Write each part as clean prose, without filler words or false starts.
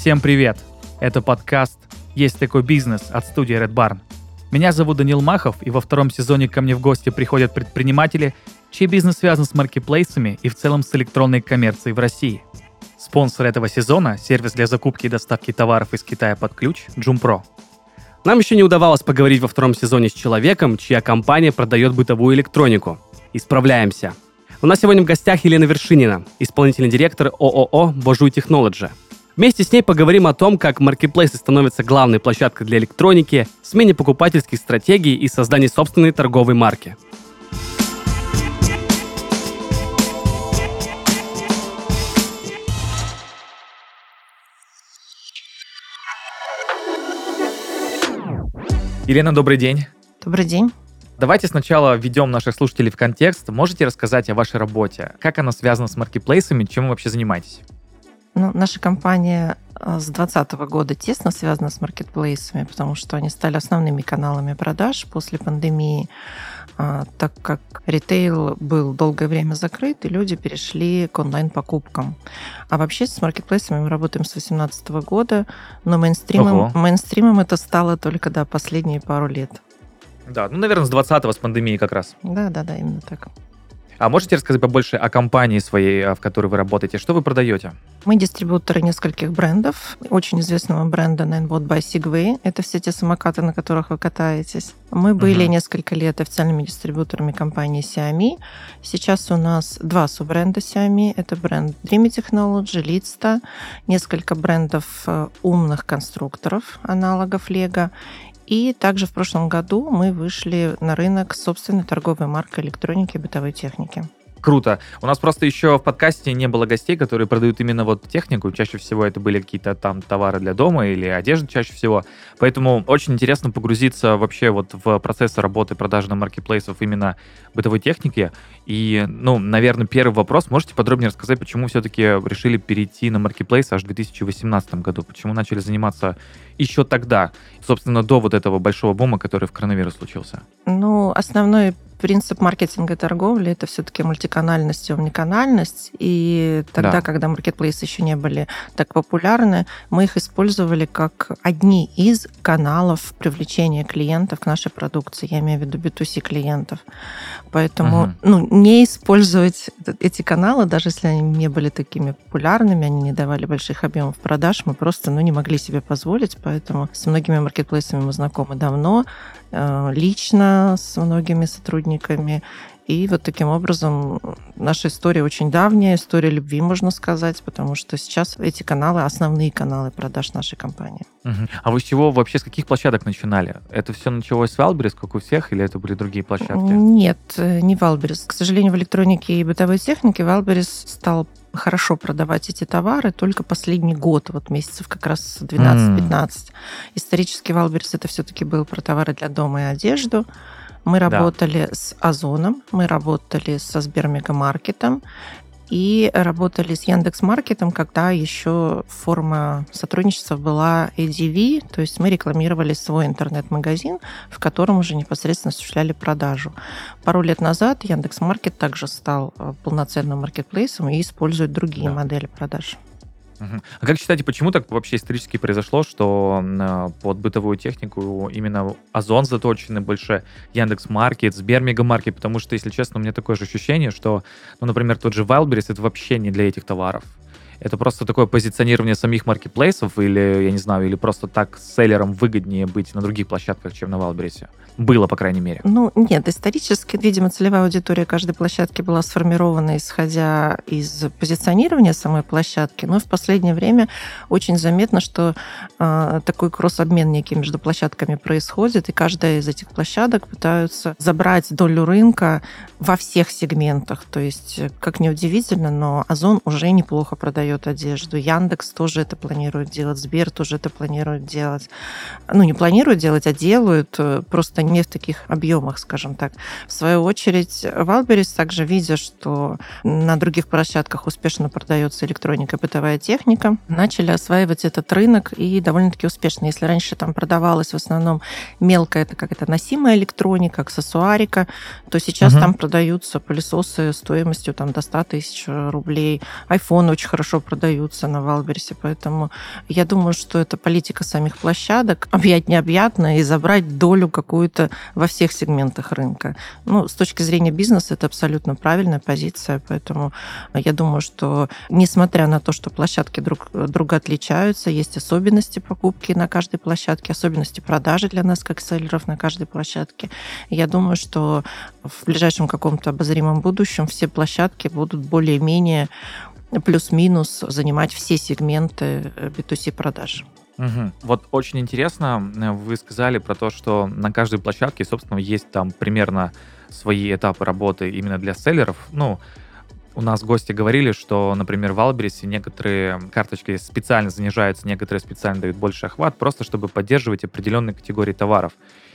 Всем привет! Это подкаст «Есть такой бизнес» от студии Red Barn. Меня зовут Данил Махов, и во втором сезоне ко мне в гости приходят предприниматели, чей бизнес связан с маркетплейсами и в целом с электронной коммерцией в России. Спонсор этого сезона – сервис для закупки и доставки товаров из Китая под ключ Джумпро. Нам еще не удавалось поговорить во втором сезоне с человеком, чья компания продает бытовую электронику. Исправляемся. У нас сегодня в гостях Елена Вершинина, исполнительный директор ООО «Божуй Технолоджи». Вместе с ней поговорим о том, как маркетплейсы становятся главной площадкой для электроники, смене покупательских стратегий и создании собственной торговой марки. Елена, добрый день. Добрый день. Давайте сначала введем наших слушателей в контекст. Можете рассказать о вашей работе? Как она связана с маркетплейсами? Чем вы вообще занимаетесь? Наша компания с 2020 года тесно связана с маркетплейсами, потому что они стали основными каналами продаж после пандемии, так как ритейл был долгое время закрыт, и люди перешли к онлайн-покупкам. А вообще с маркетплейсами мы работаем с 2018 года, но мейнстримом это стало только последние пару лет. Да, наверное, с 2020-го, с пандемией как раз. Да, именно так. А можете рассказать побольше о компании своей, в которой вы работаете? Что вы продаете? Мы дистрибьюторы нескольких брендов. Очень известного бренда Ninebot by Segway. Это все те самокаты, на которых вы катаетесь. Мы были несколько лет официальными дистрибьюторами компании Xiaomi. Сейчас у нас два суббренда Xiaomi. Это бренд Dreamy Technology, Litsta, несколько брендов умных конструкторов, аналогов Lego. И также в прошлом году мы вышли на рынок с собственной торговой маркой электроники и бытовой техники. Круто. У нас просто еще в подкасте не было гостей, которые продают именно технику. Чаще всего это были какие-то там товары для дома или одежда чаще всего. Поэтому очень интересно погрузиться вообще в процесс работы продажи на маркетплейсах именно бытовой техники. И, наверное, первый вопрос. Можете подробнее рассказать, почему все-таки решили перейти на маркетплейс аж в 2018 году? Почему начали заниматься еще тогда, собственно, до этого большого бума, который в коронавирус случился? Основной принцип маркетинга и торговли – это все-таки мультиканальность и омниканальность. И тогда, когда маркетплейсы еще не были так популярны, мы их использовали как одни из каналов привлечения клиентов к нашей продукции. Я имею в виду B2C клиентов. Поэтому не использовать эти каналы, даже если они не были такими популярными, они не давали больших объемов продаж, мы просто не могли себе позволить. Поэтому с многими маркетплейсами мы знакомы давно, лично с многими сотрудниками. И таким образом наша история очень давняя, история любви, можно сказать, потому что сейчас эти каналы – основные каналы продаж нашей компании. А вы с каких площадок начинали? Это все началось с Wildberries, как у всех, или это были другие площадки? Нет, не Wildberries. К сожалению, в электронике и бытовой технике Wildberries стал хорошо продавать эти товары только последний год, месяцев как раз 12-15. Исторически Wildberries это все-таки был про товары для дома и одежду. Мы работали с Озоном, мы работали со Сбермегамаркетом и работали с Яндекс.Маркетом, когда еще форма сотрудничества была ADV, то есть мы рекламировали свой интернет-магазин, в котором уже непосредственно осуществляли продажу. Пару лет назад Яндекс.Маркет также стал полноценным маркетплейсом и использует другие модели продаж. А как считаете, почему так вообще исторически произошло, что под бытовую технику именно Озон заточен, больше Яндекс.Маркет, Сбермегамаркет? Потому что, если честно, у меня такое же ощущение, что, например, тот же Wildberries — это вообще не для этих товаров. Это просто такое позиционирование самих маркетплейсов или, я не знаю, или просто так селлерам выгоднее быть на других площадках, чем на Wildberries? Было, по крайней мере. Нет, исторически, видимо, целевая аудитория каждой площадки была сформирована, исходя из позиционирования самой площадки, но в последнее время очень заметно, что такой кросс-обмен некий между площадками происходит, и каждая из этих площадок пытаются забрать долю рынка во всех сегментах. То есть, как ни удивительно, но Озон уже неплохо продает одежду. Яндекс тоже это планирует делать, Сбер тоже это планирует делать. Не планируют делать, а делают, просто не в таких объемах, скажем так. В свою очередь, Wildberries также, видя, что на других площадках успешно продается электроника и бытовая техника, начали осваивать этот рынок и довольно-таки успешно. Если раньше там продавалась в основном мелкая, это как-то носимая электроника, аксессуарика, то сейчас там продаются пылесосы стоимостью до 100 тысяч рублей. iPhone очень хорошо хорошо продаются на Валбересе, поэтому я думаю, что это политика самих площадок объять необъятно и забрать долю какую-то во всех сегментах рынка. С точки зрения бизнеса это абсолютно правильная позиция, поэтому я думаю, что несмотря на то, что площадки друг друга отличаются, есть особенности покупки на каждой площадке, особенности продажи для нас, как селлеров, на каждой площадке. Я думаю, что в ближайшем каком-то обозримом будущем все площадки будут более-менее плюс-минус занимать все сегменты B2C продаж. Угу. Вот очень интересно, вы сказали про то, что на каждой площадке, собственно, есть там примерно свои этапы работы именно для селлеров. У нас гости говорили, что, например, в Валбересе некоторые карточки специально занижаются, некоторые специально дают больше охват, просто чтобы поддерживать определенные категории товаров.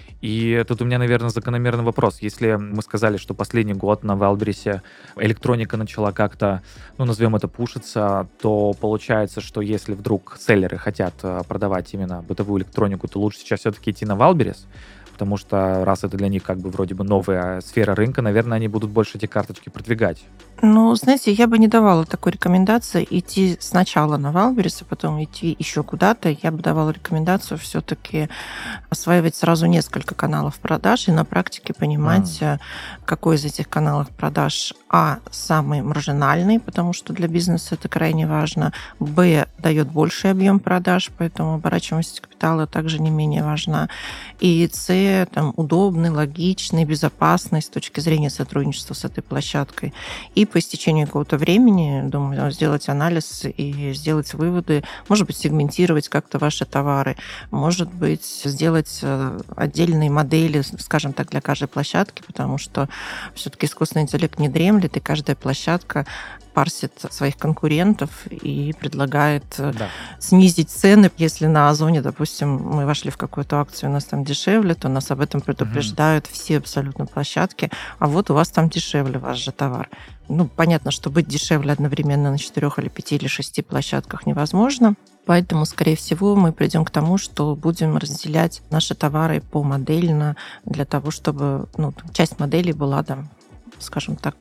И тут у меня, наверное, закономерный вопрос. Если мы сказали, что последний год на Валбересе электроника начала как-то, назовем это, пушиться, то получается, что если вдруг селлеры хотят продавать именно бытовую электронику, то лучше сейчас все-таки идти на Валберес, потому что раз это для них как бы вроде бы новая сфера рынка, наверное, они будут больше эти карточки продвигать. Знаете, я бы не давала такой рекомендации идти сначала на Валберес, а потом идти еще куда-то. Я бы давала рекомендацию все-таки осваивать сразу несколько каналов продаж и на практике понимать, какой из этих каналов продаж самый маржинальный, потому что для бизнеса это крайне важно, дает больший объем продаж, поэтому оборачиваемость капитала также не менее важна, и удобный, логичный, безопасный с точки зрения сотрудничества с этой площадкой. И по истечению какого-то времени, думаю, сделать анализ и сделать выводы, может быть, сегментировать как-то ваши товары, может быть, сделать отдельные модели, скажем так, для каждой площадки, потому что все-таки искусственный интеллект не дремлет, и каждая площадка парсит своих конкурентов и предлагает снизить цены. Если на Озоне, допустим, мы вошли в какую-то акцию, у нас там дешевле, то нас об этом предупреждают все абсолютно площадки, а вот у вас там дешевле ваш же товар. Понятно, что быть дешевле одновременно на 4 или 5 или 6 площадках невозможно. Поэтому, скорее всего, мы придем к тому, что будем разделять наши товары помодельно для того, чтобы часть моделей была скажем так,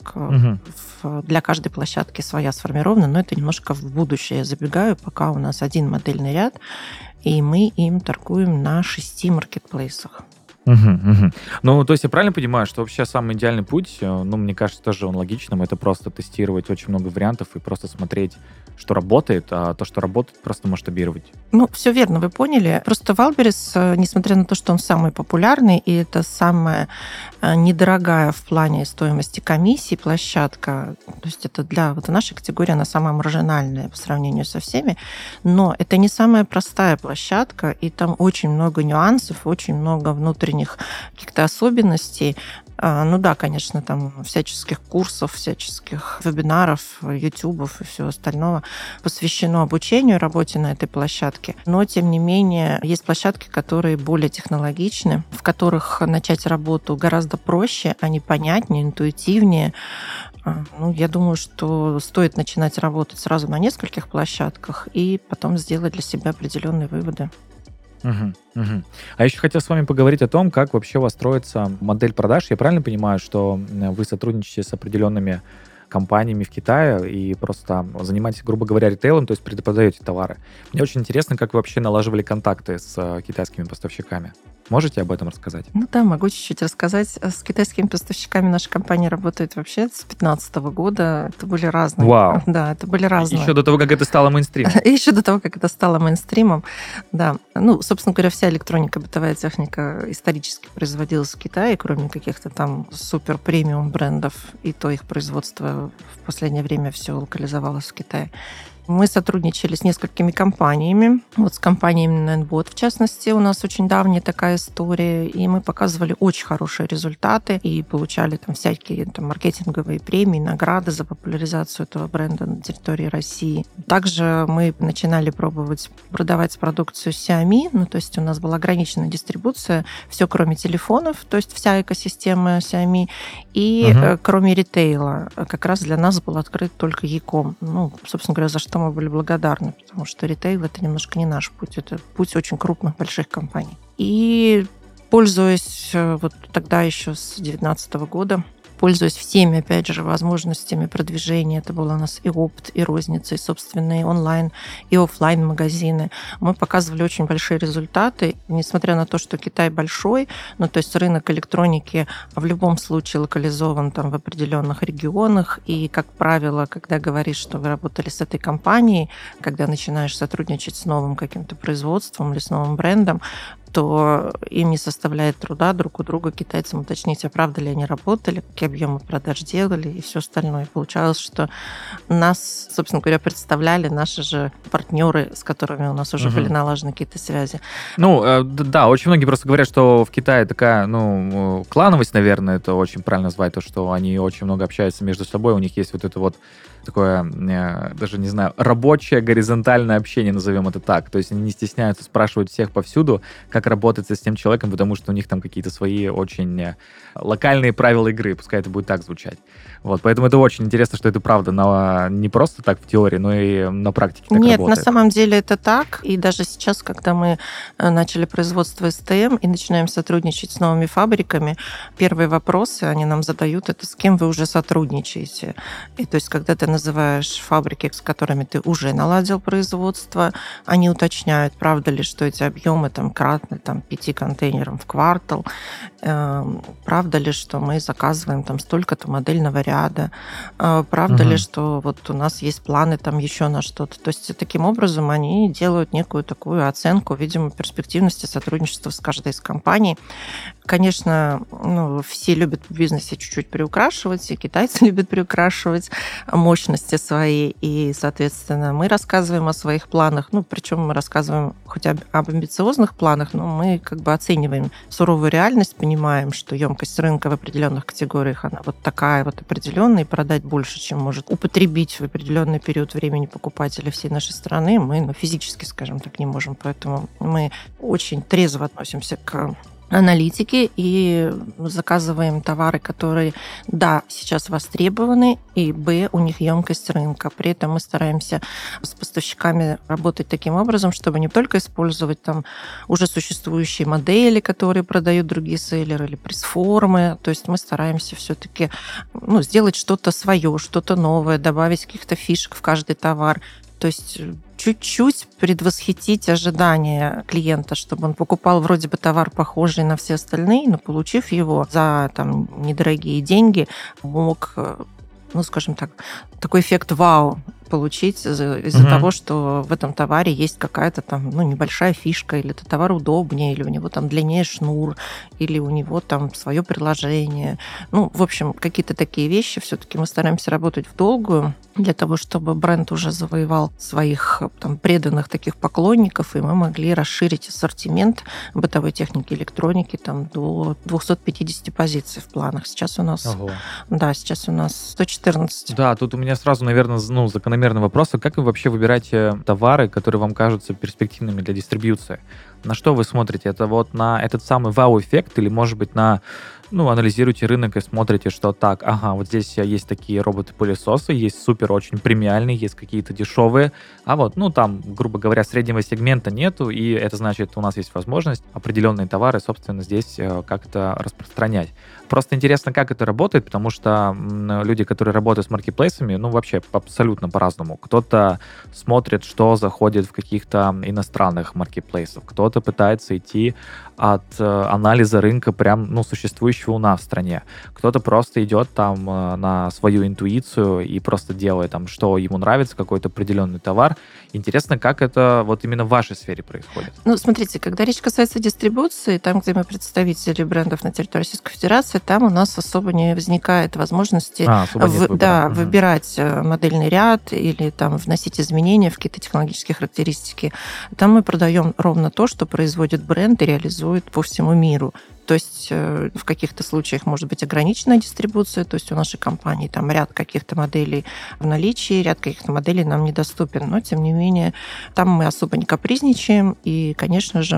для каждой площадки своя сформирована, но это немножко в будущее я забегаю, пока у нас один модельный ряд, и мы им торгуем на 6 маркетплейсах. То есть я правильно понимаю, что вообще самый идеальный путь, мне кажется, тоже он логичным, это просто тестировать очень много вариантов и просто смотреть, что работает, а то, что работает, просто масштабировать. Все верно, вы поняли. Просто Валберес, несмотря на то, что он самый популярный, и это самая недорогая в плане стоимости комиссии площадка, то есть это для нашей категории, она самая маржинальная по сравнению со всеми, но это не самая простая площадка, и там очень много нюансов, очень много внутренних каких-то особенностей. Конечно, там всяческих курсов, всяческих вебинаров, ютубов и всего остального посвящено обучению, работе на этой площадке. Но, тем не менее, есть площадки, которые более технологичны, в которых начать работу гораздо проще, они понятнее, интуитивнее. Я думаю, что стоит начинать работать сразу на нескольких площадках и потом сделать для себя определенные выводы. А еще хотел с вами поговорить о том, как вообще у вас строится модель продаж. Я правильно понимаю, что вы сотрудничаете с определенными компаниями в Китае и просто занимаетесь, грубо говоря, ритейлом, то есть предпродаете товары. Мне очень интересно, как вы вообще налаживали контакты с китайскими поставщиками. Можете об этом рассказать? Могу чуть-чуть рассказать. С китайскими поставщиками наша компания работает вообще с 2015 года. Это были разные. Вау. Да, это были разные. Еще до того, как это стало мейнстримом. Еще до того, как это стало мейнстримом, да. Собственно говоря, вся электроника, бытовая техника исторически производилась в Китае, кроме каких-то там супер-премиум брендов, и то их производство в последнее время все локализовалось в Китае. Мы сотрудничали с несколькими компаниями. С компанией Nendbot, в частности, у нас очень давняя такая история, и мы показывали очень хорошие результаты и получали там всякие маркетинговые премии, награды за популяризацию этого бренда на территории России. Также мы начинали пробовать продавать продукцию Xiaomi, то есть у нас была ограниченная дистрибуция, все кроме телефонов, то есть вся экосистема Xiaomi, и кроме ритейла. Как раз для нас был открыт только e-com. Собственно говоря, за что мы были благодарны, потому что ритейл — это немножко не наш путь, это путь очень крупных, больших компаний. И пользуясь тогда еще с 2019 года пользуясь всеми, опять же, возможностями продвижения. Это было у нас и опт, и розница, и собственные онлайн, и офлайн магазины. Мы показывали очень большие результаты, несмотря на то, что Китай большой, ну, то есть рынок электроники в любом случае локализован там в определенных регионах, и, как правило, когда говоришь, что вы работали с этой компанией, когда начинаешь сотрудничать с новым каким-то производством или с новым брендом, то им не составляет труда друг у друга китайцам уточнить, а правда ли они работали, какие объемы продаж делали и все остальное. И получалось, что нас, собственно говоря, представляли наши же партнеры, с которыми у нас уже были налажены какие-то связи. Ну, да, очень многие просто говорят, что в Китае такая, ну, клановость, наверное, это очень правильно назвать, то, что они очень много общаются между собой, у них есть вот это вот такое, даже не знаю, рабочее горизонтальное общение, назовем это так. То есть они не стесняются спрашивать всех повсюду, как работать с тем человеком, потому что у них там какие-то свои очень локальные правила игры, пускай это будет так звучать. Вот, поэтому это очень интересно, что это правда, но не просто так в теории, но и на практике так Нет, работает. на самом деле это так. И даже сейчас, когда мы начали производство СТМ и начинаем сотрудничать с новыми фабриками, первые вопросы они нам задают, это с кем вы уже сотрудничаете. И то есть, когда ты называешь фабрики, с которыми ты уже наладил производство, они уточняют, правда ли, что эти объемы там кратны там, 5 контейнерам в квартал, правда ли, что мы заказываем там столько-то модельного ряда, правда ли, что вот у нас есть планы там еще на что-то. То есть таким образом они делают некую такую оценку, видимо, перспективности сотрудничества с каждой из компаний. Конечно, ну, все любят в бизнесе чуть-чуть приукрашивать, и китайцы любят приукрашивать мощности свои, и, соответственно, мы рассказываем о своих планах, ну, причем мы рассказываем хоть об амбициозных планах, но мы как бы оцениваем суровую реальность, понимаем, что емкость рынка в определенных категориях, она вот такая вот определенная, и продать больше, чем может употребить в определенный период времени покупателя всей нашей страны, мы, ну, физически, скажем так, не можем, поэтому мы очень трезво относимся к аналитики и заказываем товары, которые, да, сейчас востребованы, и, б, у них емкость рынка. При этом мы стараемся с поставщиками работать таким образом, чтобы не только использовать там уже существующие модели, которые продают другие селлеры, или пресс-формы, то есть мы стараемся все-таки, ну, сделать что-то свое, что-то новое, добавить каких-то фишек в каждый товар. То есть чуть-чуть предвосхитить ожидания клиента, чтобы он покупал вроде бы товар, похожий на все остальные, но, получив его за там недорогие деньги, мог, ну, скажем так, такой эффект вау получить из-за того, что в этом товаре есть какая-то там, ну, небольшая фишка, или этот товар удобнее, или у него там длиннее шнур, или у него там свое приложение. Ну, в общем, какие-то такие вещи. Все-таки мы стараемся работать в долгую для того, чтобы бренд уже завоевал своих там преданных таких поклонников, и мы могли расширить ассортимент бытовой техники, электроники там до 250 позиций в планах. Сейчас у нас, да, сейчас у нас 114. Да, тут у меня сразу, наверное, ну, закономерный вопрос, а как вы вообще выбираете товары, которые вам кажутся перспективными для дистрибьюции? На что вы смотрите? Это вот на этот самый вау-эффект или, может быть, на, ну, анализируете рынок и смотрите, что так, ага, вот здесь есть такие роботы-пылесосы, есть супер очень премиальные, есть какие-то дешевые, а вот, ну, там, грубо говоря, среднего сегмента нету, и это значит, у нас есть возможность определенные товары, собственно, здесь как-то распространять. Просто интересно, как это работает, потому что люди, которые работают с маркетплейсами, ну, вообще абсолютно по-разному. Кто-то смотрит, что заходит в каких-то иностранных маркетплейсах, кто-то пытается идти от анализа рынка прям, ну, существующего у нас в стране. Кто-то просто идет там на свою интуицию и просто делает там, что ему нравится, какой-то определенный товар. Интересно, как это вот именно в вашей сфере происходит? Ну, смотрите, когда речь касается дистрибуции, там, где мы представители брендов на территории Российской Федерации, там у нас особо не возникает возможности выбирать модельный ряд или там вносить изменения в какие-то технологические характеристики. Там мы продаем ровно то, что производит бренд и реализует по всему миру. То есть в каких-то случаях может быть ограниченная дистрибуция, то есть у нашей компании там ряд каких-то моделей в наличии, ряд каких-то моделей нам недоступен, но тем не менее там мы особо не капризничаем, и, конечно же,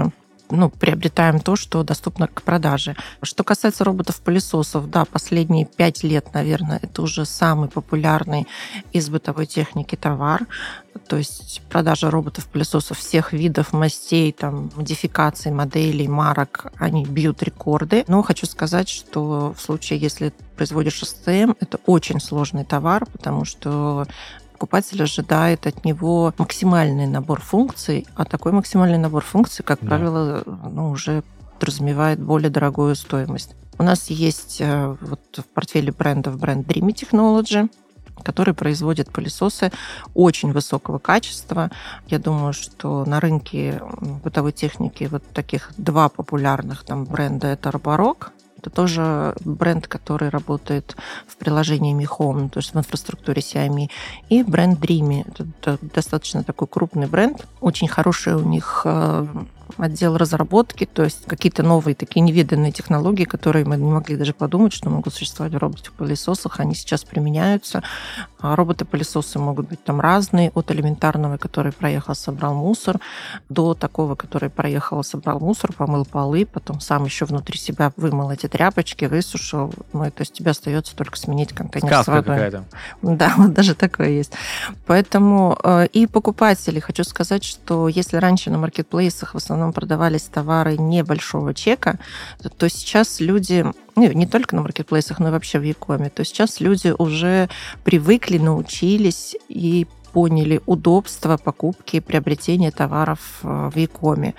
приобретаем то, что доступно к продаже. Что касается роботов-пылесосов, да, последние 5 лет, наверное, это уже самый популярный из бытовой техники товар. То есть продажа роботов-пылесосов всех видов, мастей, там, модификаций, моделей, марок, они бьют рекорды. Но хочу сказать, что в случае, если производишь СТМ, это очень сложный товар, потому что покупатель ожидает от него максимальный набор функций, а такой максимальный набор функций, как правило, уже подразумевает более дорогую стоимость. У нас есть в портфеле брендов бренд Dreamy Technology, который производит пылесосы очень высокого качества. Я думаю, что на рынке бытовой техники таких 2 популярных бренда — это Roborock. Это тоже бренд, который работает в приложении Mi Home, то есть в инфраструктуре Xiaomi. И бренд Dreamy. Это достаточно такой крупный бренд. Очень хороший у них отдел разработки, то есть какие-то новые такие невиданные технологии, которые мы не могли даже подумать, что могут существовать в роботах-пылесосах, они сейчас применяются. Роботы-пылесосы могут быть разные, от элементарного, который проехал, собрал мусор, до такого, который проехал, собрал мусор, помыл полы, потом сам еще внутри себя вымыл эти тряпочки, высушил. То есть тебе остается только сменить контейнер с водой. Какая-то. Да, даже такое есть. Поэтому и покупатели, хочу сказать, что если раньше на маркетплейсах в основном продавались товары небольшого чека, то сейчас люди, не только на маркетплейсах, но и вообще в Якоме, то сейчас люди уже привыкли, научились и поняли удобство покупки и приобретения товаров в Якоме.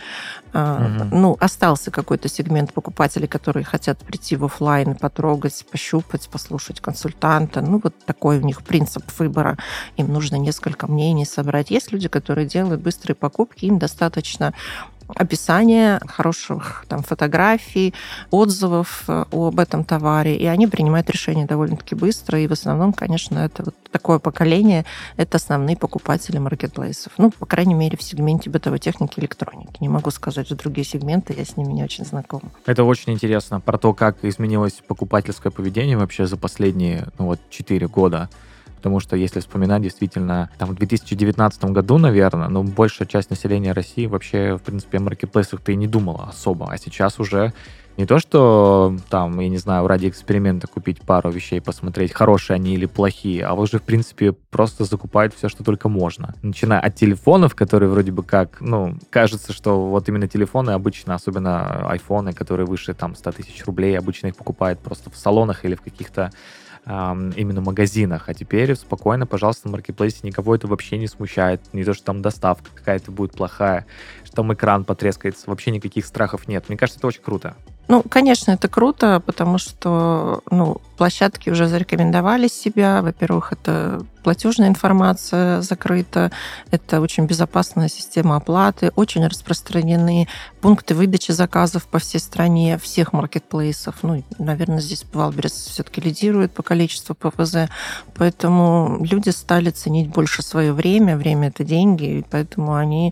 Остался какой-то сегмент покупателей, которые хотят прийти в офлайн, потрогать, пощупать, послушать консультанта. Такой у них принцип выбора. Им нужно несколько мнений собрать. Есть люди, которые делают быстрые покупки, им достаточно описание хороших фотографий, отзывов об этом товаре, и они принимают решение довольно-таки быстро, и в основном, конечно, это такое поколение, это основные покупатели маркетплейсов. По крайней мере, в сегменте бытовой техники и электроники. Не могу сказать, что другие сегменты, я с ними не очень знакома. Это очень интересно про то, как изменилось покупательское поведение вообще за последние 4 года. Потому что, если вспоминать, действительно, в 2019 году, наверное, большая часть населения России вообще, в принципе, о маркетплейсах-то и не думала особо. А сейчас уже не то, что я не знаю, ради эксперимента купить пару вещей, посмотреть, хорошие они или плохие, а уже, в принципе, просто закупают все, что только можно. Начиная от телефонов, которые вроде бы как, кажется, что именно телефоны обычно, особенно айфоны, которые выше 100 тысяч рублей, обычно их покупают просто в салонах или в каких-то именно магазинах. А теперь спокойно, пожалуйста, на маркетплейсе никого это вообще не смущает. Не то, что доставка какая-то будет плохая, что экран потрескается. Вообще никаких страхов нет. Мне кажется, это очень круто. Конечно, это круто, потому что площадки уже зарекомендовали себя. Во-первых, это платежная информация закрыта, это очень безопасная система оплаты, очень распространены пункты выдачи заказов по всей стране, всех маркетплейсов. Наверное, здесь Валберес все-таки лидирует по количеству ПВЗ, поэтому люди стали ценить больше свое время. Время — это деньги, и поэтому они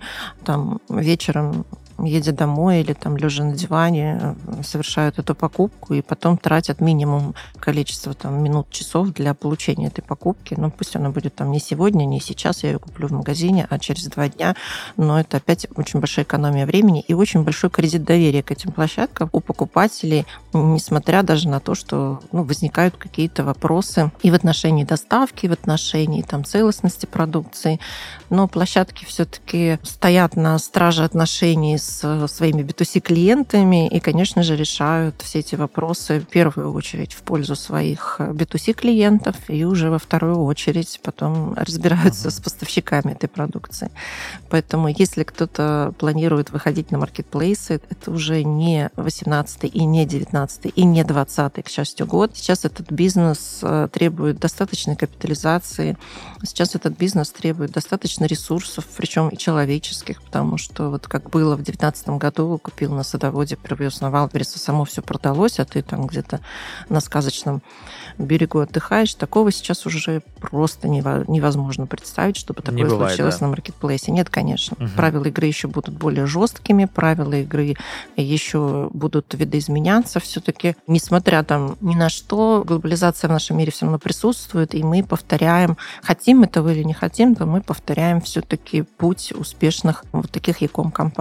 вечером, едя домой или лежа на диване, совершают эту покупку и потом тратят минимум количество минут, часов для получения этой покупки. Пусть она будет не сегодня, не сейчас, я ее куплю в магазине, а через 2 дня. Но это опять очень большая экономия времени и очень большой кредит доверия к этим площадкам у покупателей, несмотря даже на то, что возникают какие-то вопросы и в отношении доставки, и в отношении целостности продукции. Но площадки все-таки стоят на страже отношений с своими B2C-клиентами и, конечно же, решают все эти вопросы в первую очередь в пользу своих B2C-клиентов и уже во вторую очередь потом разбираются с поставщиками этой продукции. Поэтому если кто-то планирует выходить на маркетплейсы, это уже не 18-й и не 19-й и не 20-й, к счастью, год. Сейчас этот бизнес требует достаточной капитализации, сейчас этот бизнес требует достаточно ресурсов, причем и человеческих, потому что как было в 2019 году, купил на садоводе, привез на Валберес, само все продалось, а ты где-то на сказочном берегу отдыхаешь. Такого сейчас уже просто невозможно представить, чтобы такое случилось на маркетплейсе. Нет, конечно. Правила игры еще будут более жесткими, правила игры еще будут видоизменяться все-таки. Несмотря ни на что, глобализация в нашем мире все равно присутствует, и мы повторяем, хотим этого или не хотим, то мы повторяем все-таки путь успешных таких e-com-компаний мира.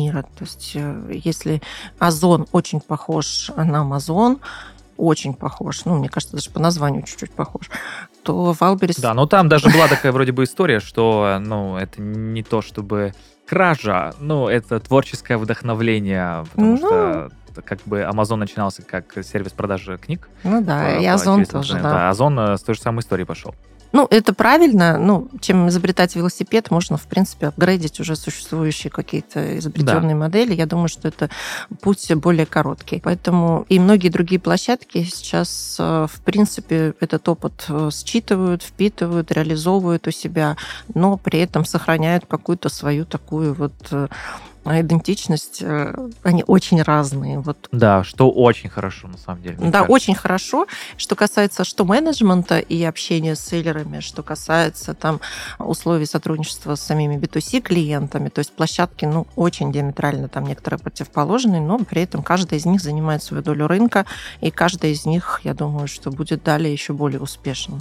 мира. То есть если Озон очень похож на Амазон, очень похож, мне кажется, даже по названию чуть-чуть похож, то Валберес... Да, но там даже была такая вроде бы история, что, это не то чтобы кража, это творческое вдохновление, потому что как бы Amazon начинался как сервис продажи книг. Ну да, и Озон тоже, да. Да, Озон с той же самой историей пошел. Это правильно. Чем изобретать велосипед, можно, в принципе, апгрейдить уже существующие какие-то изобретенные модели. Я думаю, что это путь более короткий. Поэтому и многие другие площадки сейчас, в принципе, этот опыт считывают, впитывают, реализовывают у себя, но при этом сохраняют какую-то свою такую идентичность, они очень разные. Да, что очень хорошо, на самом деле. Да, очень хорошо. Что касается что менеджмента и общения с селлерами, что касается условий сотрудничества с самими B2C клиентами, то есть площадки, очень диаметрально там некоторые противоположные, но при этом каждая из них занимает свою долю рынка, и каждая из них, я думаю, что будет далее еще более успешным.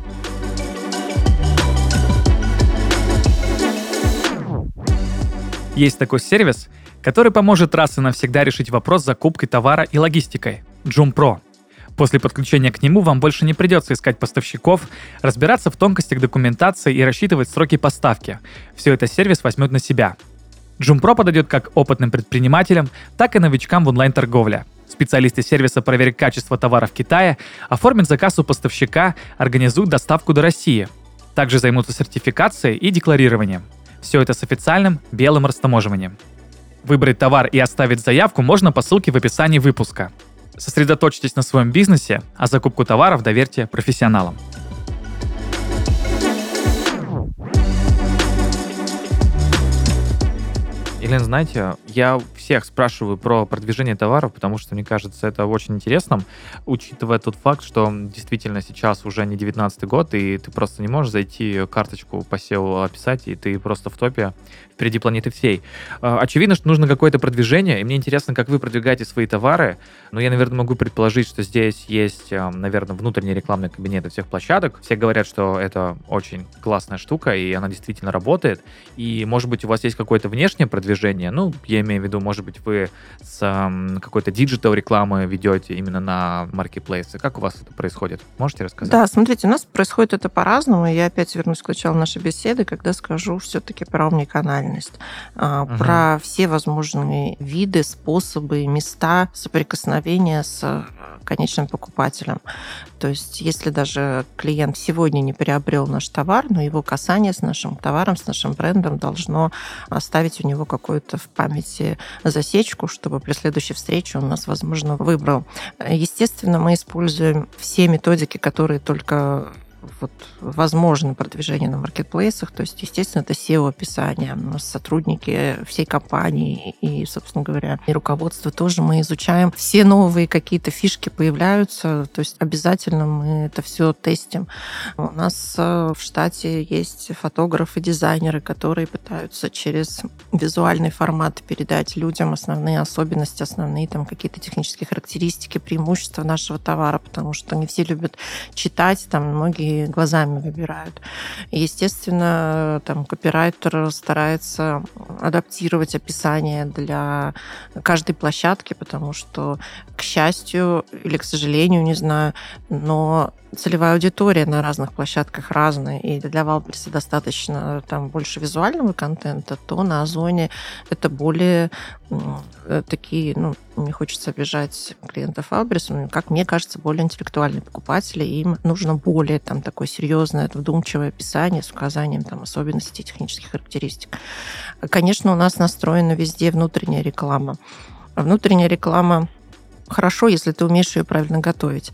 Есть такой сервис, который поможет раз и навсегда решить вопрос с закупкой товара и логистикой – Joom.Pro. После подключения к нему вам больше не придется искать поставщиков, разбираться в тонкостях документации и рассчитывать сроки поставки. Все это сервис возьмет на себя. Joom.Pro подойдет как опытным предпринимателям, так и новичкам в онлайн-торговле. Специалисты сервиса проверят качество товара в Китае, оформят заказ у поставщика, организуют доставку до России. Также займутся сертификацией и декларированием. Все это с официальным белым растаможиванием. Выбрать товар и оставить заявку можно по ссылке в описании выпуска. Сосредоточьтесь на своем бизнесе, а закупку товаров доверьте профессионалам. Елена, знаете, я всех спрашиваю про продвижение товаров, потому что, мне кажется, это очень интересно, учитывая тот факт, что действительно сейчас уже не 19-й год, и ты просто не можешь зайти карточку по SEO описать, и ты просто в топе впереди планеты всей. Очевидно, что нужно какое-то продвижение, и мне интересно, как вы продвигаете свои товары. Но я, наверное, могу предположить, что здесь есть, наверное, внутренние рекламные кабинеты всех площадок. Все говорят, что это очень классная штука, и она действительно работает. И, может быть, у вас есть какое-то внешнее продвижение. Я имею в виду, может быть, вы с какой-то диджитал рекламы ведете именно на маркетплейсы. Как у вас это происходит? Можете рассказать? Да, смотрите, у нас происходит это по-разному. Я опять вернусь к началу нашей беседы, когда скажу все-таки про омниканальность, про все возможные виды, способы, места соприкосновения с конечным покупателем. То есть, если даже клиент сегодня не приобрел наш товар, но его касание с нашим товаром, с нашим брендом должно оставить у него какую-то в памяти засечку, чтобы при следующей встрече он нас, возможно, выбрал. Естественно, мы используем все методики, которые только возможно продвижение на маркетплейсах. То есть, естественно, это SEO-описание. У нас сотрудники всей компании и, собственно говоря, и руководство тоже мы изучаем. Все новые какие-то фишки появляются, то есть обязательно мы это все тестим. У нас в штате есть фотографы, дизайнеры, которые пытаются через визуальный формат передать людям основные особенности, основные какие-то технические характеристики, преимущества нашего товара, потому что не все любят читать, многие глазами выбирают. Естественно, копирайтер старается адаптировать описание для каждой площадки, потому что, к счастью или к сожалению, не знаю, но целевая аудитория на разных площадках разная, и для Валбереса достаточно больше визуального контента, то на Озоне это более такие, не хочется обижать клиентов Валбереса, но, как мне кажется, более интеллектуальные покупатели, им нужно более такое серьезное, вдумчивое описание с указанием особенностей технических характеристик. Конечно, у нас настроена везде внутренняя реклама. Внутренняя реклама хорошо, если ты умеешь ее правильно готовить.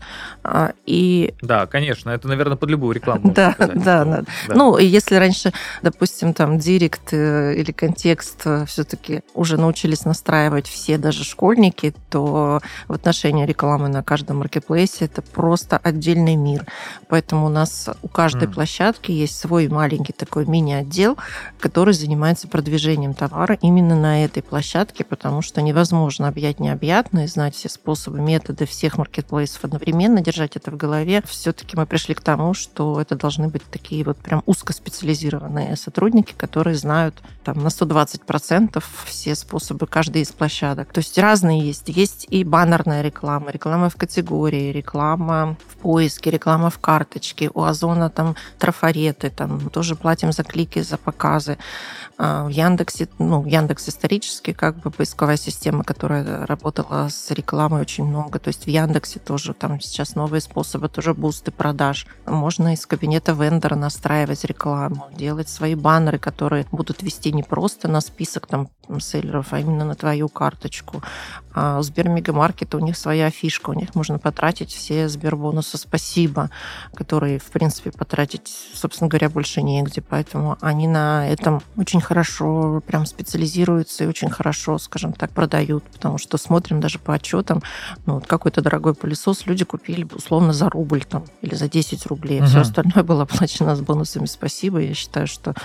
Да, конечно, это, наверное, под любую рекламу. Да. Если раньше, допустим, директ или контекст все-таки уже научились настраивать все, даже школьники, то в отношении рекламы на каждом маркетплейсе это просто отдельный мир. Поэтому у нас у каждой площадки есть свой маленький такой мини-отдел, который занимается продвижением товара именно на этой площадке, потому что невозможно объять необъятное и знать все способы, методы всех маркетплейсов одновременно, держать это в голове, все-таки мы пришли к тому, что это должны быть такие вот прям узкоспециализированные сотрудники, которые знают там на 120% все способы каждой из площадок. То есть разные есть. Есть и баннерная реклама, реклама в категории, реклама в поиске, реклама в карточке. У Озона там трафареты, там тоже платим за клики, за показы. В Яндексе, Яндекс исторически как бы поисковая система, которая работала с рекламой очень много. То есть в Яндексе тоже там сейчас новые способы, тоже бусты продаж. Можно из кабинета вендора настраивать рекламу, делать свои баннеры, которые будут вести не просто на список там селлеров, а именно на твою карточку. А у Сбермегамаркета у них своя фишка, у них можно потратить все Сбербонусы «Спасибо», которые, в принципе, потратить, собственно говоря, больше негде. Поэтому они на этом очень хорошо прям специализируются и очень хорошо, скажем так, продают. Потому что смотрим даже по отчетам, вот какой-то дорогой пылесос люди купили условно за рубль там, или за 10 рублей. Все остальное было оплачено с бонусами «Спасибо». Я считаю, что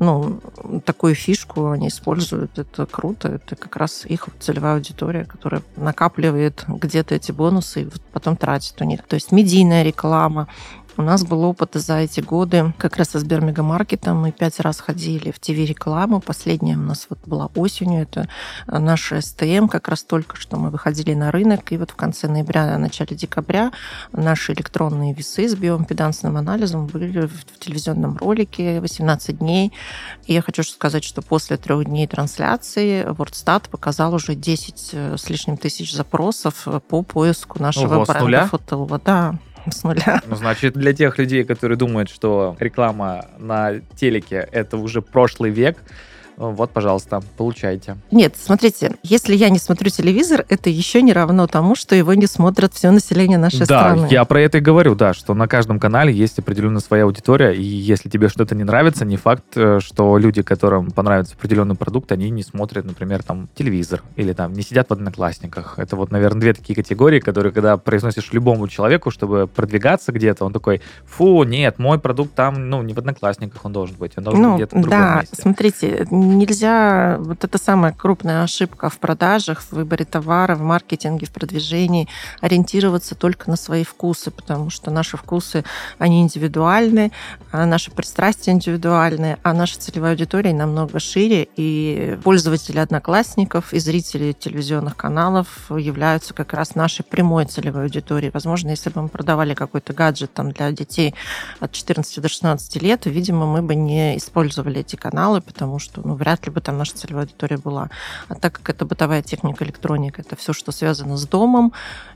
такую фишку они используют. Это круто. Это как раз их целевая аудитория, которая накапливает где-то эти бонусы и потом тратит у них. То есть медийная реклама. У нас был опыт за эти годы как раз со Сбермегамаркетом. Мы 5 раз ходили в ТВ-рекламу. Последняя у нас была осенью. Это наша СТМ. Как раз только что мы выходили на рынок. И вот в конце ноября, начале декабря наши электронные весы с биоимпедансным анализом были в телевизионном ролике 18 дней. И я хочу сказать, что после 3 дней трансляции WordStat показал уже 10 с лишним тысяч запросов по поиску нашего бренда Фотелва. Да. С нуля. Значит, для тех людей, которые думают, что реклама на телеке — это уже прошлый век, вот, пожалуйста, получайте. Нет, смотрите, если я не смотрю телевизор, это еще не равно тому, что его не смотрят все население нашей страны. Да, я про это и говорю, да, что на каждом канале есть определенная своя аудитория, и если тебе что-то не нравится, не факт, что люди, которым понравится определенный продукт, они не смотрят, например, там, телевизор, или там не сидят в Одноклассниках. Это вот, наверное, 2 такие категории, которые, когда произносишь любому человеку, чтобы продвигаться где-то, он такой: фу, нет, мой продукт там, не в Одноклассниках он должен быть, он должен быть где-то в другом месте. Да, смотрите, нельзя, вот это самая крупная ошибка в продажах, в выборе товара, в маркетинге, в продвижении, ориентироваться только на свои вкусы, потому что наши вкусы, они индивидуальны, наши пристрастия индивидуальны, а наша целевая аудитория намного шире, и пользователи Одноклассников и зрители телевизионных каналов являются как раз нашей прямой целевой аудиторией. Возможно, если бы мы продавали какой-то гаджет там, для детей от 14 до 16 лет, видимо, мы бы не использовали эти каналы, потому что вряд ли бы там наша целевая аудитория была. А так как это бытовая техника, электроника, это все, что связано с домом,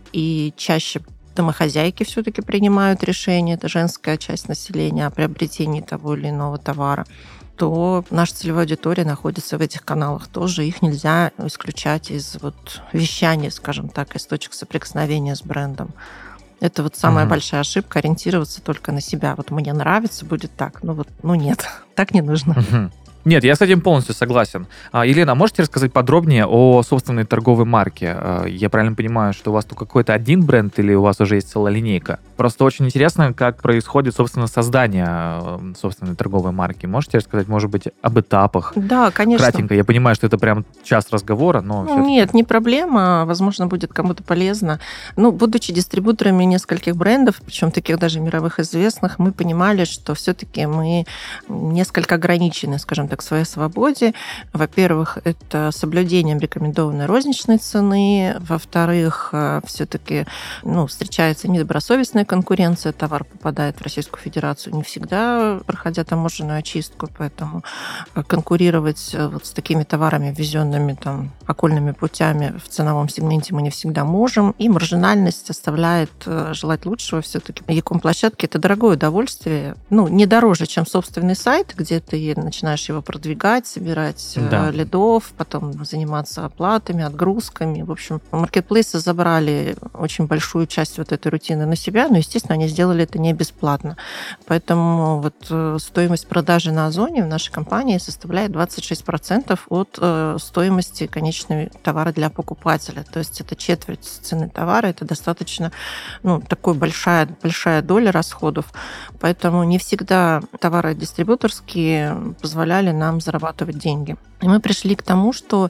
и чаще домохозяйки все-таки принимают решение, это женская часть населения, о приобретении того или иного товара, то наша целевая аудитория находится в этих каналах тоже. Их нельзя исключать из вещания, скажем так, из точек соприкосновения с брендом. Это самая большая ошибка — ориентироваться только на себя. Мне нравится, будет так. Нет, так не нужно. Нет, я с этим полностью согласен. Елена, можете рассказать подробнее о собственной торговой марке? Я правильно понимаю, что у вас тут какой-то один бренд или у вас уже есть целая линейка? Просто очень интересно, как происходит, собственно, создание собственной торговой марки. Можете рассказать, может быть, об этапах? Да, конечно. Кратенько. Я понимаю, что это прям час разговора, но... Нет, не проблема. Возможно, будет кому-то полезно. Будучи дистрибуторами нескольких брендов, причем таких даже мировых известных, мы понимали, что все-таки мы несколько ограничены, скажем так, в своей свободе. Во-первых, это соблюдением рекомендованной розничной цены. Во-вторых, все-таки встречается недобросовестная конкуренция. Товар попадает в Российскую Федерацию не всегда, проходя таможенную очистку, поэтому конкурировать с такими товарами, ввезенными окольными путями в ценовом сегменте, мы не всегда можем. И маржинальность оставляет желать лучшего. Все-таки e-com-площадки — это дорогое удовольствие. Не дороже, чем собственный сайт, где ты начинаешь его продвигать, собирать лидов, потом заниматься оплатами, отгрузками. В общем, маркетплейсы забрали очень большую часть этой рутины на себя, но, естественно, они сделали это не бесплатно. Поэтому стоимость продажи на Озоне в нашей компании составляет 26% от стоимости конечного товара для покупателя. То есть это четверть цены товара, это достаточно такой большая доля расходов. Поэтому не всегда товары дистрибуторские позволяли нам зарабатывать деньги. И мы пришли к тому, что,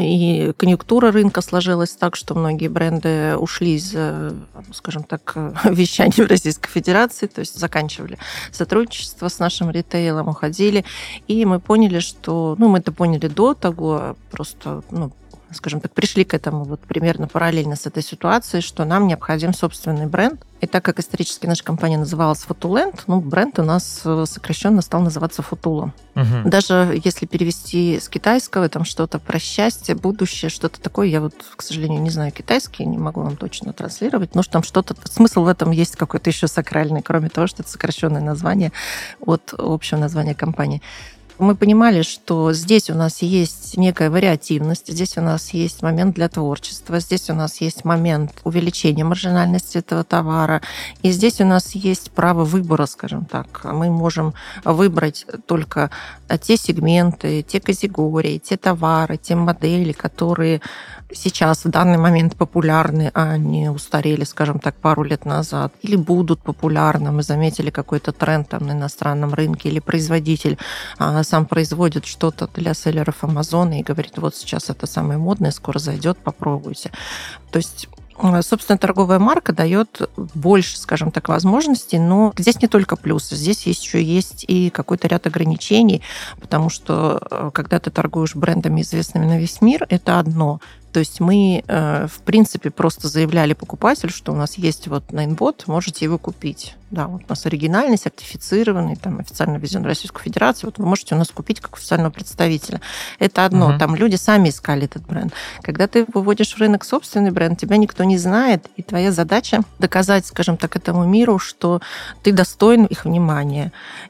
и конъюнктура рынка сложилась так, что многие бренды ушли из, скажем так, вещания в Российской Федерации, то есть заканчивали сотрудничество с нашим ритейлом, уходили. И мы поняли, что, мы это поняли до того, просто, скажем так, пришли к этому вот примерно параллельно с этой ситуацией, что нам необходим собственный бренд. И так как исторически наша компания называлась Futuland, бренд у нас сокращенно стал называться Futulo. Угу. Даже если перевести с китайского, там что-то про счастье, будущее, что-то такое, я вот, к сожалению, не знаю китайский, не могу вам точно транслировать, но что там что-то, смысл в этом есть какой-то еще сакральный, кроме того, что это сокращенное название от общего названия компании. Мы понимали, что здесь у нас есть некая вариативность, здесь у нас есть момент для творчества, здесь у нас есть момент увеличения маржинальности этого товара, и здесь у нас есть право выбора, скажем так. Мы можем выбрать только те сегменты, те категории, те товары, те модели, которые сейчас в данный момент популярны, а не устарели, скажем так, пару лет назад, или будут популярны. Мы заметили какой-то тренд там на иностранном рынке, или производитель сам производит что-то для селлеров Амазона и говорит, вот сейчас это самое модное, скоро зайдет, попробуйте. То есть собственно, торговая марка дает больше, скажем так, возможностей, но здесь не только плюсы, здесь еще есть и какой-то ряд ограничений, потому что когда ты торгуешь брендами, известными на весь мир, это одно. То есть мы, в принципе, просто заявляли покупателю, что у нас есть вот Ninebot, можете его купить. Да, вот у нас оригинальный, сертифицированный, там, официально ввезен в Российскую Федерацию, вот вы можете у нас купить как официального представителя. Это одно, там люди сами искали этот бренд. Когда ты выводишь в рынок собственный бренд, тебя никто не знает, и твоя задача доказать, скажем так, этому миру, что ты достоин их внимания.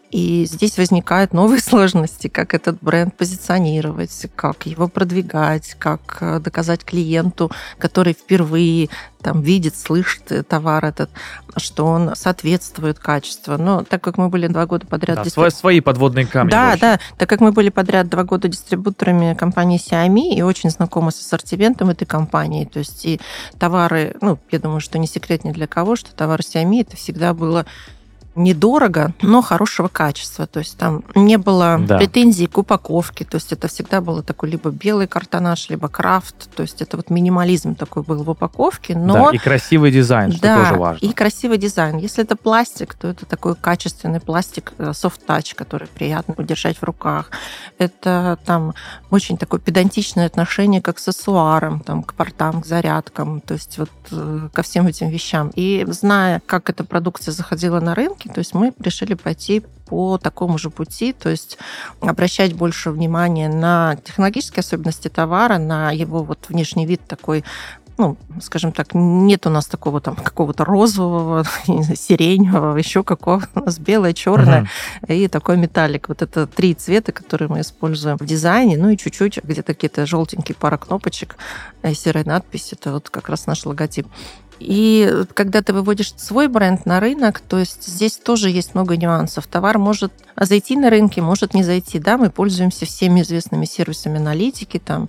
И здесь возникают новые сложности, как этот бренд позиционировать, как его продвигать, как доказать клиенту, который впервые там видит, слышит товар этот, что он соответствует качеству. Но так как мы были 2 года подряд... Да, свои подводные камни. Да, так как мы были подряд 2 года дистрибьюторами компании Xiaomi и очень знакомы с ассортиментом этой компании, то есть и товары, я думаю, что не секрет ни для кого, что товары Xiaomi это всегда было недорого, но хорошего качества. То есть там не было претензий к упаковке. То есть это всегда было такой либо белый картонаж, либо крафт. То есть это вот минимализм такой был в упаковке. Но... Да, и красивый дизайн, что тоже важно. И красивый дизайн. Если это пластик, то это такой качественный пластик soft-touch, который приятно удержать в руках. Это там очень такое педантичное отношение к аксессуарам, там, к портам, к зарядкам, то есть вот ко всем этим вещам. И зная, как эта продукция заходила на рынок, то есть мы решили пойти по такому же пути, то есть обращать больше внимания на технологические особенности товара, на его вот внешний вид такой, скажем так, нет у нас такого там какого-то розового, сиреневого, еще какого-то. У нас белое, черное и такой металлик. Вот это 3 цвета, которые мы используем в дизайне, и чуть-чуть где-то какие-то желтенькие пара кнопочек, серая надпись, это вот как раз наш логотип. И когда ты выводишь свой бренд на рынок, то есть здесь тоже есть много нюансов. Товар может зайти на рынке, может не зайти. Да, мы пользуемся всеми известными сервисами аналитики. Там,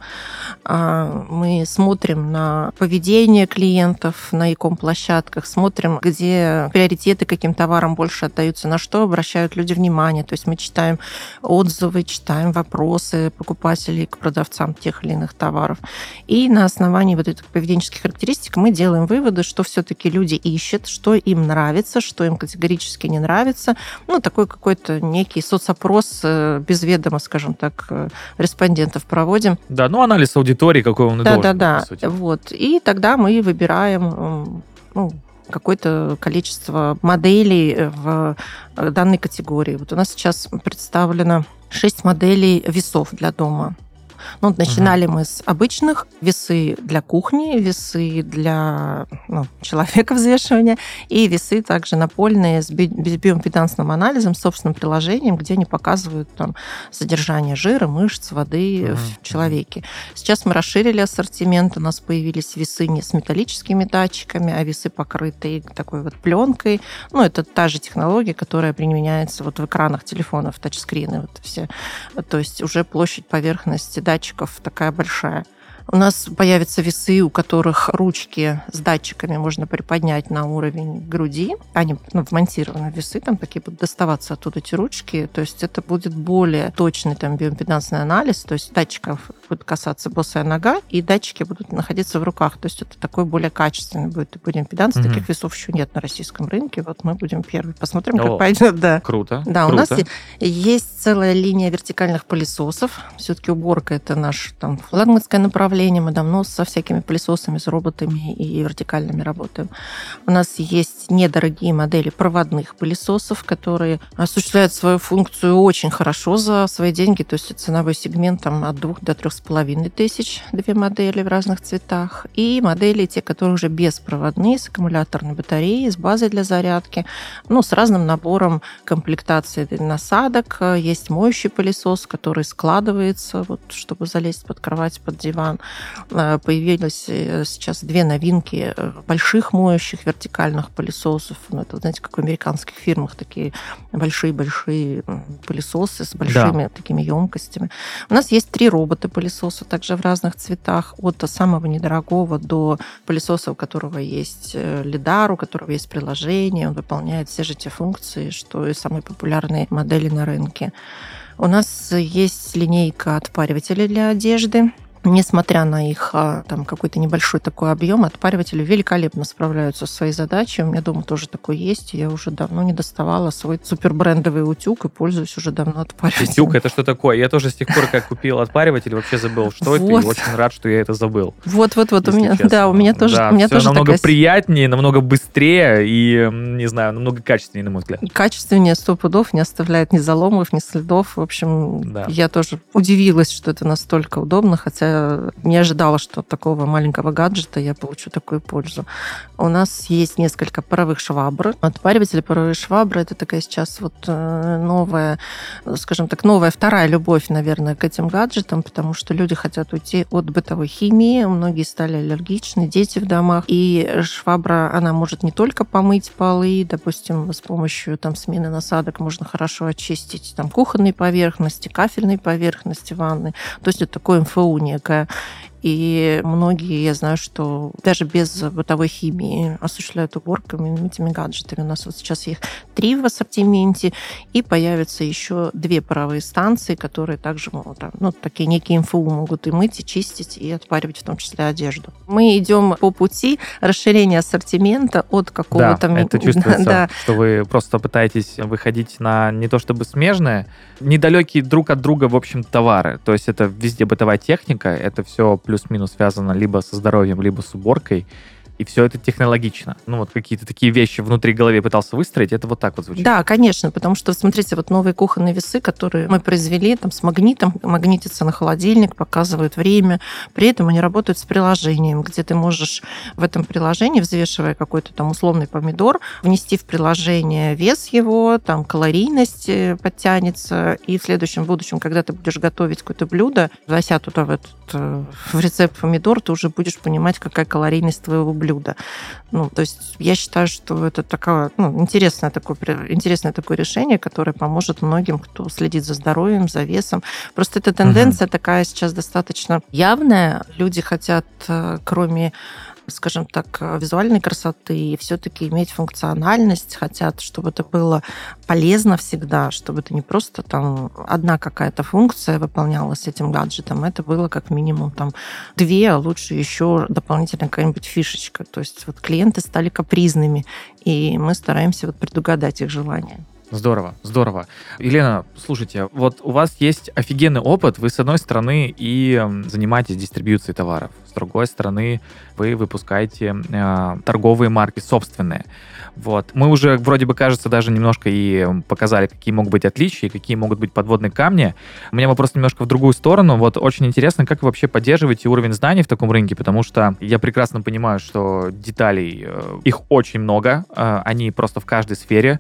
мы смотрим на поведение клиентов на e-com-площадках, смотрим, где приоритеты каким товарам больше отдаются, на что обращают люди внимание. То есть мы читаем отзывы, читаем вопросы покупателей к продавцам тех или иных товаров. И на основании вот этих поведенческих характеристик мы делаем выводы, что все-таки люди ищут, что им нравится, что им категорически не нравится. Такой какой-то некий соцопрос без ведома, скажем так, респондентов проводим. Да, анализ аудитории, какой он и должен быть, по сути. Вот. И тогда мы выбираем какое-то количество моделей в данной категории. Вот у нас сейчас представлено 6 моделей весов для дома. Начинали мы с обычных: весы для кухни, весы для человека взвешивания и весы также напольные с биоимпедансным анализом, с собственным приложением, где они показывают там содержание жира, мышц, воды в человеке. Сейчас мы расширили ассортимент, у нас появились весы не с металлическими датчиками, а весы, покрытые такой вот пленкой. Это та же технология, которая применяется вот в экранах телефонов, тачскрины, вот все. То есть уже площадь поверхности датчиков такая большая. У нас появятся весы, у которых ручки с датчиками можно приподнять на уровень груди. Они вмонтированы в весы, там такие будут доставаться оттуда эти ручки. То есть это будет более точный там биоимпедансный анализ. То есть датчиков будет касаться босая нога, и датчики будут находиться в руках. То есть это такой более качественный будет биоимпеданс. Таких весов еще нет на российском рынке. Вот мы будем первые. Посмотрим, как пойдет. Да. Круто. Да, круто. У нас есть целая линия вертикальных пылесосов. Все-таки уборка — это наше там флагманское направление. Мы давно со всякими пылесосами, с роботами и вертикальными работаем. У нас есть недорогие модели проводных пылесосов, которые осуществляют свою функцию очень хорошо за свои деньги. То есть ценовой сегмент там, от 2 до 3,5 тысяч, 2 модели в разных цветах. И модели, те, которые уже беспроводные, с аккумуляторной батареей, с базой для зарядки, с разным набором комплектации насадок. Есть моющий пылесос, который складывается, чтобы залезть под кровать, под диван. Появились сейчас 2 новинки больших моющих вертикальных пылесосов. Это, знаете, как в американских фирмах такие большие-большие пылесосы с большими такими емкостями. У нас есть 3 робота-пылесоса, также в разных цветах, от самого недорогого до пылесоса, у которого есть лидар, у которого есть приложение, он выполняет все же те функции, что и самые популярные модели на рынке. У нас есть линейка отпаривателей для одежды. Несмотря на их там какой-то небольшой такой объем, отпариватели великолепно справляются со своей задачей. У меня дома тоже такой есть. Я уже давно не доставала свой супербрендовый утюг и пользуюсь уже давно отпаривателем. Утюг — это что такое? Я тоже с тех пор, как купил отпариватель, вообще забыл, что это, и очень рад, что я это забыл. Вот. У меня тоже все намного приятнее, намного быстрее и, не знаю, намного качественнее, на мой взгляд. Качественнее 100 пудов, не оставляет ни заломов, ни следов. В общем, я тоже удивилась, что это настолько удобно, хотя не ожидала, что от такого маленького гаджета я получу такую пользу. У нас есть несколько паровых швабр. Отпариватели, паровые швабры — это такая сейчас новая, скажем так, новая вторая любовь, наверное, к этим гаджетам, потому что люди хотят уйти от бытовой химии, многие стали аллергичны, дети в домах, и швабра, она может не только помыть полы, допустим, с помощью смены насадок можно хорошо очистить кухонные поверхности, кафельные поверхности ванны. То есть это такое МФУ некое. И многие, я знаю, что даже без бытовой химии осуществляют уборку этими гаджетами. У нас сейчас их 3 в ассортименте, и появятся еще 2 паровые станции, которые также могут, такие некие МФУ могут и мыть, и чистить, и отпаривать в том числе одежду. Мы идем по пути расширения ассортимента от какого-то... Да, это чувствуется, что вы просто пытаетесь выходить на не то чтобы смежные, недалекие друг от друга, в общем, товары. То есть это везде бытовая техника, это все плюс-минус связано либо со здоровьем, либо с уборкой. И все это технологично. Какие-то такие вещи внутри головы пытался выстроить, это вот так вот звучит. Да, конечно, потому что, смотрите, новые кухонные весы, которые мы произвели с магнитом, магнитятся на холодильник, показывают время. При этом они работают с приложением, где ты можешь в этом приложении, взвешивая какой-то условный помидор, внести в приложение вес его, калорийность подтянется, и в будущем, когда ты будешь готовить какое-то блюдо, внося туда в рецепт помидор, ты уже будешь понимать, какая калорийность твоего блюда. То есть я считаю, что это такое, интересное такое решение, которое поможет многим, кто следит за здоровьем, за весом. Просто эта тенденция такая сейчас достаточно явная. Люди хотят, кроме, скажем так, визуальной красоты, и все-таки иметь функциональность, хотят, чтобы это было полезно всегда, чтобы это не просто одна какая-то функция выполнялась этим гаджетом, это было как минимум 2, а лучше еще дополнительно какая-нибудь фишечка. То есть клиенты стали капризными, и мы стараемся предугадать их желания. Здорово, здорово. Елена, слушайте, у вас есть офигенный опыт. Вы, с одной стороны, и занимаетесь дистрибьюцией товаров. С другой стороны, вы выпускаете торговые марки собственные. Мы уже, вроде бы, кажется, даже немножко и показали, какие могут быть отличия, какие могут быть подводные камни. У меня вопрос немножко в другую сторону. Очень интересно, как вы вообще поддерживаете уровень знаний в таком рынке, потому что я прекрасно понимаю, что деталей, их очень много, они просто в каждой сфере.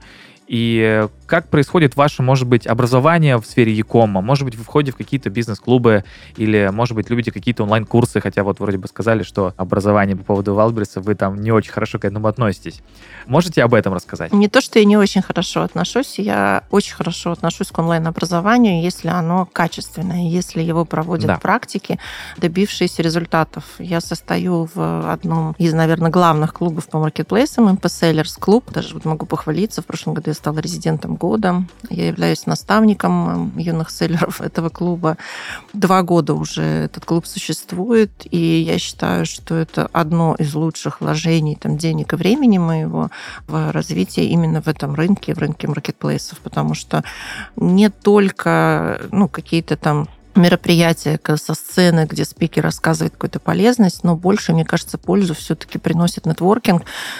И как происходит ваше, может быть, образование в сфере e-кома? Может быть, вы входите в какие-то бизнес-клубы или, может быть, любите какие-то онлайн-курсы, хотя вот вроде бы сказали, что образование по поводу Wildberries, вы там не очень хорошо к этому относитесь. Можете об этом рассказать? Не то, что я не очень хорошо отношусь, я очень хорошо отношусь к онлайн-образованию, если оно качественное, если его проводят в практике, добившиеся результатов. Я состою в одном из, наверное, главных клубов по маркетплейсам, MP Sellers клуб. Даже вот могу похвалиться, в прошлом году я стала резидентом года. Я являюсь наставником юных селлеров этого клуба. 2 года уже этот клуб существует, и я считаю, что это одно из лучших вложений денег и времени моего в развитие именно в этом рынке, в рынке маркетплейсов, потому что не только какие-то там мероприятия со сцены, где спикер рассказывает какую-то полезность, но больше, мне кажется, пользу все-таки приносит нетворкинг,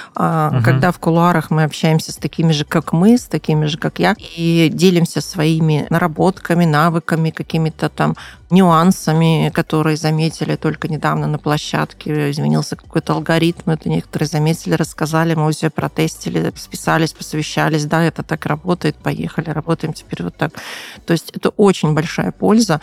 когда в кулуарах мы общаемся с такими же, как мы, с такими же, как я, и делимся своими наработками, навыками, какими-то там нюансами, которые заметили только недавно на площадке. Изменился какой-то алгоритм, это некоторые заметили, рассказали, мы у себя протестили, списались, посовещались, да, это так работает, поехали, работаем теперь вот так. То есть это очень большая польза.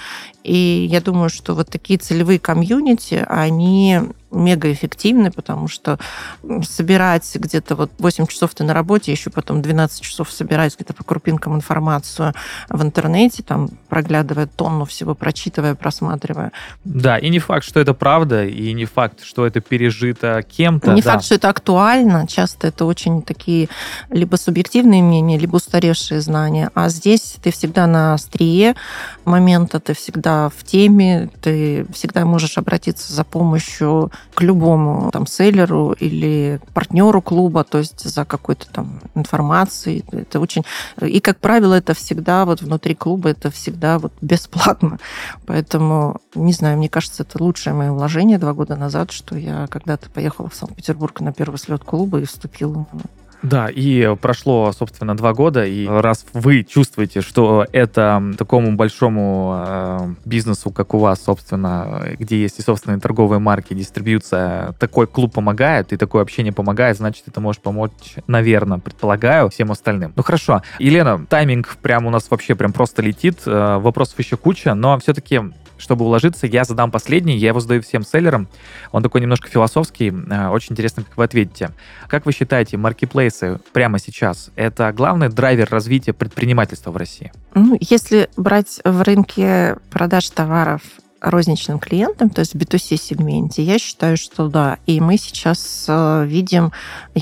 И я думаю, что вот такие целевые комьюнити, они мегаэффективны, потому что собирать где-то 8 часов ты на работе, еще потом 12 часов собирать где-то по крупинкам информацию в интернете, проглядывая тонну всего, прочитывая, просматривая. Да, и не факт, что это правда, и не факт, что это пережито кем-то. Не факт, что это актуально. Часто это очень такие либо субъективные мнения, либо устаревшие знания. А здесь ты всегда на острие момента, ты всегда в теме, ты всегда можешь обратиться за помощью к любому селлеру или партнеру клуба, то есть за какой-то информацией. Это очень... И, как правило, это всегда внутри клуба, это всегда бесплатно. Поэтому, не знаю, мне кажется, это лучшее мое вложение 2 года назад, что я когда-то поехала в Санкт-Петербург на первый слет клуба и вступила. Да, и прошло, собственно, 2 года, и раз вы чувствуете, что это такому большому бизнесу, как у вас, собственно, где есть и собственные торговые марки, дистрибьюция, такой клуб помогает, и такое общение помогает, значит, это может помочь, наверное, предполагаю, всем остальным. Ну, хорошо. Елена, тайминг прям у нас вообще прям просто летит, вопросов еще куча, но все-таки, чтобы уложиться, я задам последний, я его задаю всем селлерам. Он такой немножко философский, очень интересно, как вы ответите. Как вы считаете, маркетплейсы прямо сейчас — это главный драйвер развития предпринимательства в России? Если брать в рынке продаж товаров розничным клиентам, то есть в B2C-сегменте, я считаю, что да. И мы сейчас видим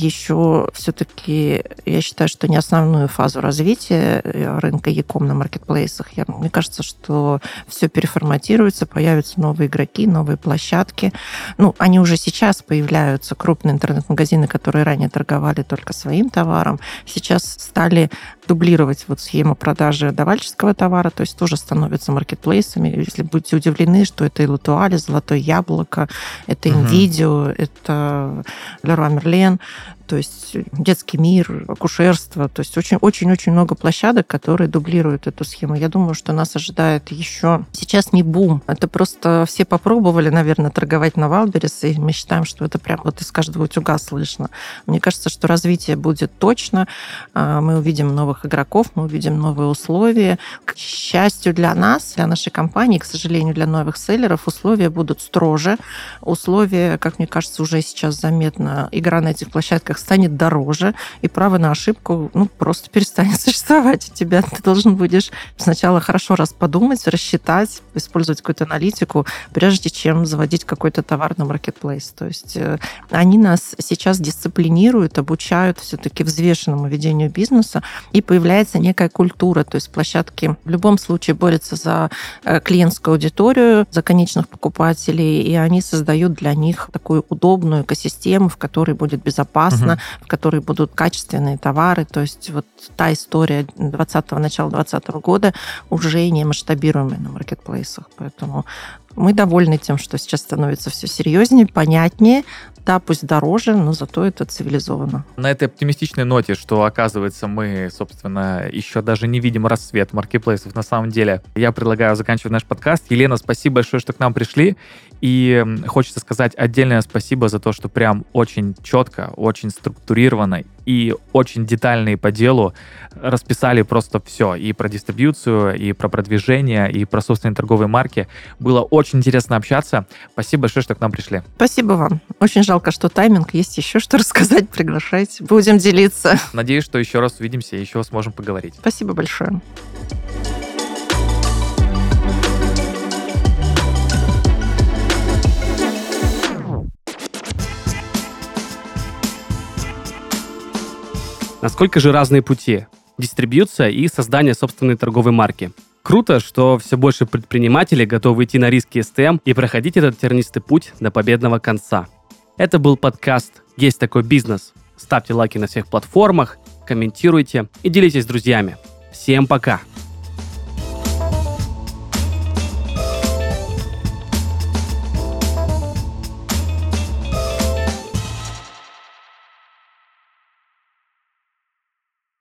еще все-таки, я считаю, что не основную фазу развития рынка e-com на маркетплейсах. Мне кажется, что все переформатируется, появятся новые игроки, новые площадки. Они уже сейчас появляются, крупные интернет-магазины, которые ранее торговали только своим товаром, сейчас стали дублировать схему продажи давальческого товара, то есть тоже становятся маркетплейсами. Если будете удивлены, что это и Латуале, Золотое яблоко, это Инвидео, это Леруа Мерлен, то есть детский мир, акушерство, то есть очень-очень много площадок, которые дублируют эту схему. Я думаю, что нас ожидает еще сейчас не бум. Это просто все попробовали, наверное, торговать на Wildberries, и мы считаем, что это прям из каждого утюга слышно. Мне кажется, что развитие будет точно. Мы увидим новых игроков, мы увидим новые условия. К счастью для нас, для нашей компании, к сожалению, для новых селлеров, условия будут строже. Условия, как мне кажется, уже сейчас заметно, игра на этих площадках станет дороже, и право на ошибку просто перестанет существовать у тебя. Ты должен будешь сначала хорошо подумать, рассчитать, использовать какую-то аналитику, прежде чем заводить какой-то товар на маркетплейс. То есть они нас сейчас дисциплинируют, обучают все-таки взвешенному ведению бизнеса, и появляется некая культура. То есть площадки в любом случае борются за клиентскую аудиторию, за конечных покупателей, и они создают для них такую удобную экосистему, в которой будет безопасно, в которой будут качественные товары. То есть та история начала 2020 года уже не масштабируемая на маркетплейсах. Поэтому мы довольны тем, что сейчас становится все серьезнее, понятнее, Да, пусть дороже, но зато это цивилизованно. На этой оптимистичной ноте, что, оказывается, мы, собственно, еще даже не видим рассвет маркетплейсов на самом деле, я предлагаю заканчивать наш подкаст. Елена, спасибо большое, что к нам пришли. И хочется сказать отдельное спасибо за то, что прям очень четко, очень структурированно и очень детально и по делу расписали просто все. И про дистрибьюцию, и про продвижение, и про собственные торговые марки. Было очень интересно общаться. Спасибо большое, что к нам пришли. Спасибо вам. Очень жалко, что тайминг. Есть еще что рассказать. Приглашайте. Будем делиться. Надеюсь, что еще раз увидимся и еще сможем поговорить. Спасибо большое. Насколько же разные пути? Дистрибьюция и создание собственной торговой марки. Круто, что все больше предпринимателей готовы идти на риски СТМ и проходить этот тернистый путь до победного конца. Это был подкаст «Есть такой бизнес». Ставьте лайки на всех платформах, комментируйте и делитесь с друзьями. Всем пока!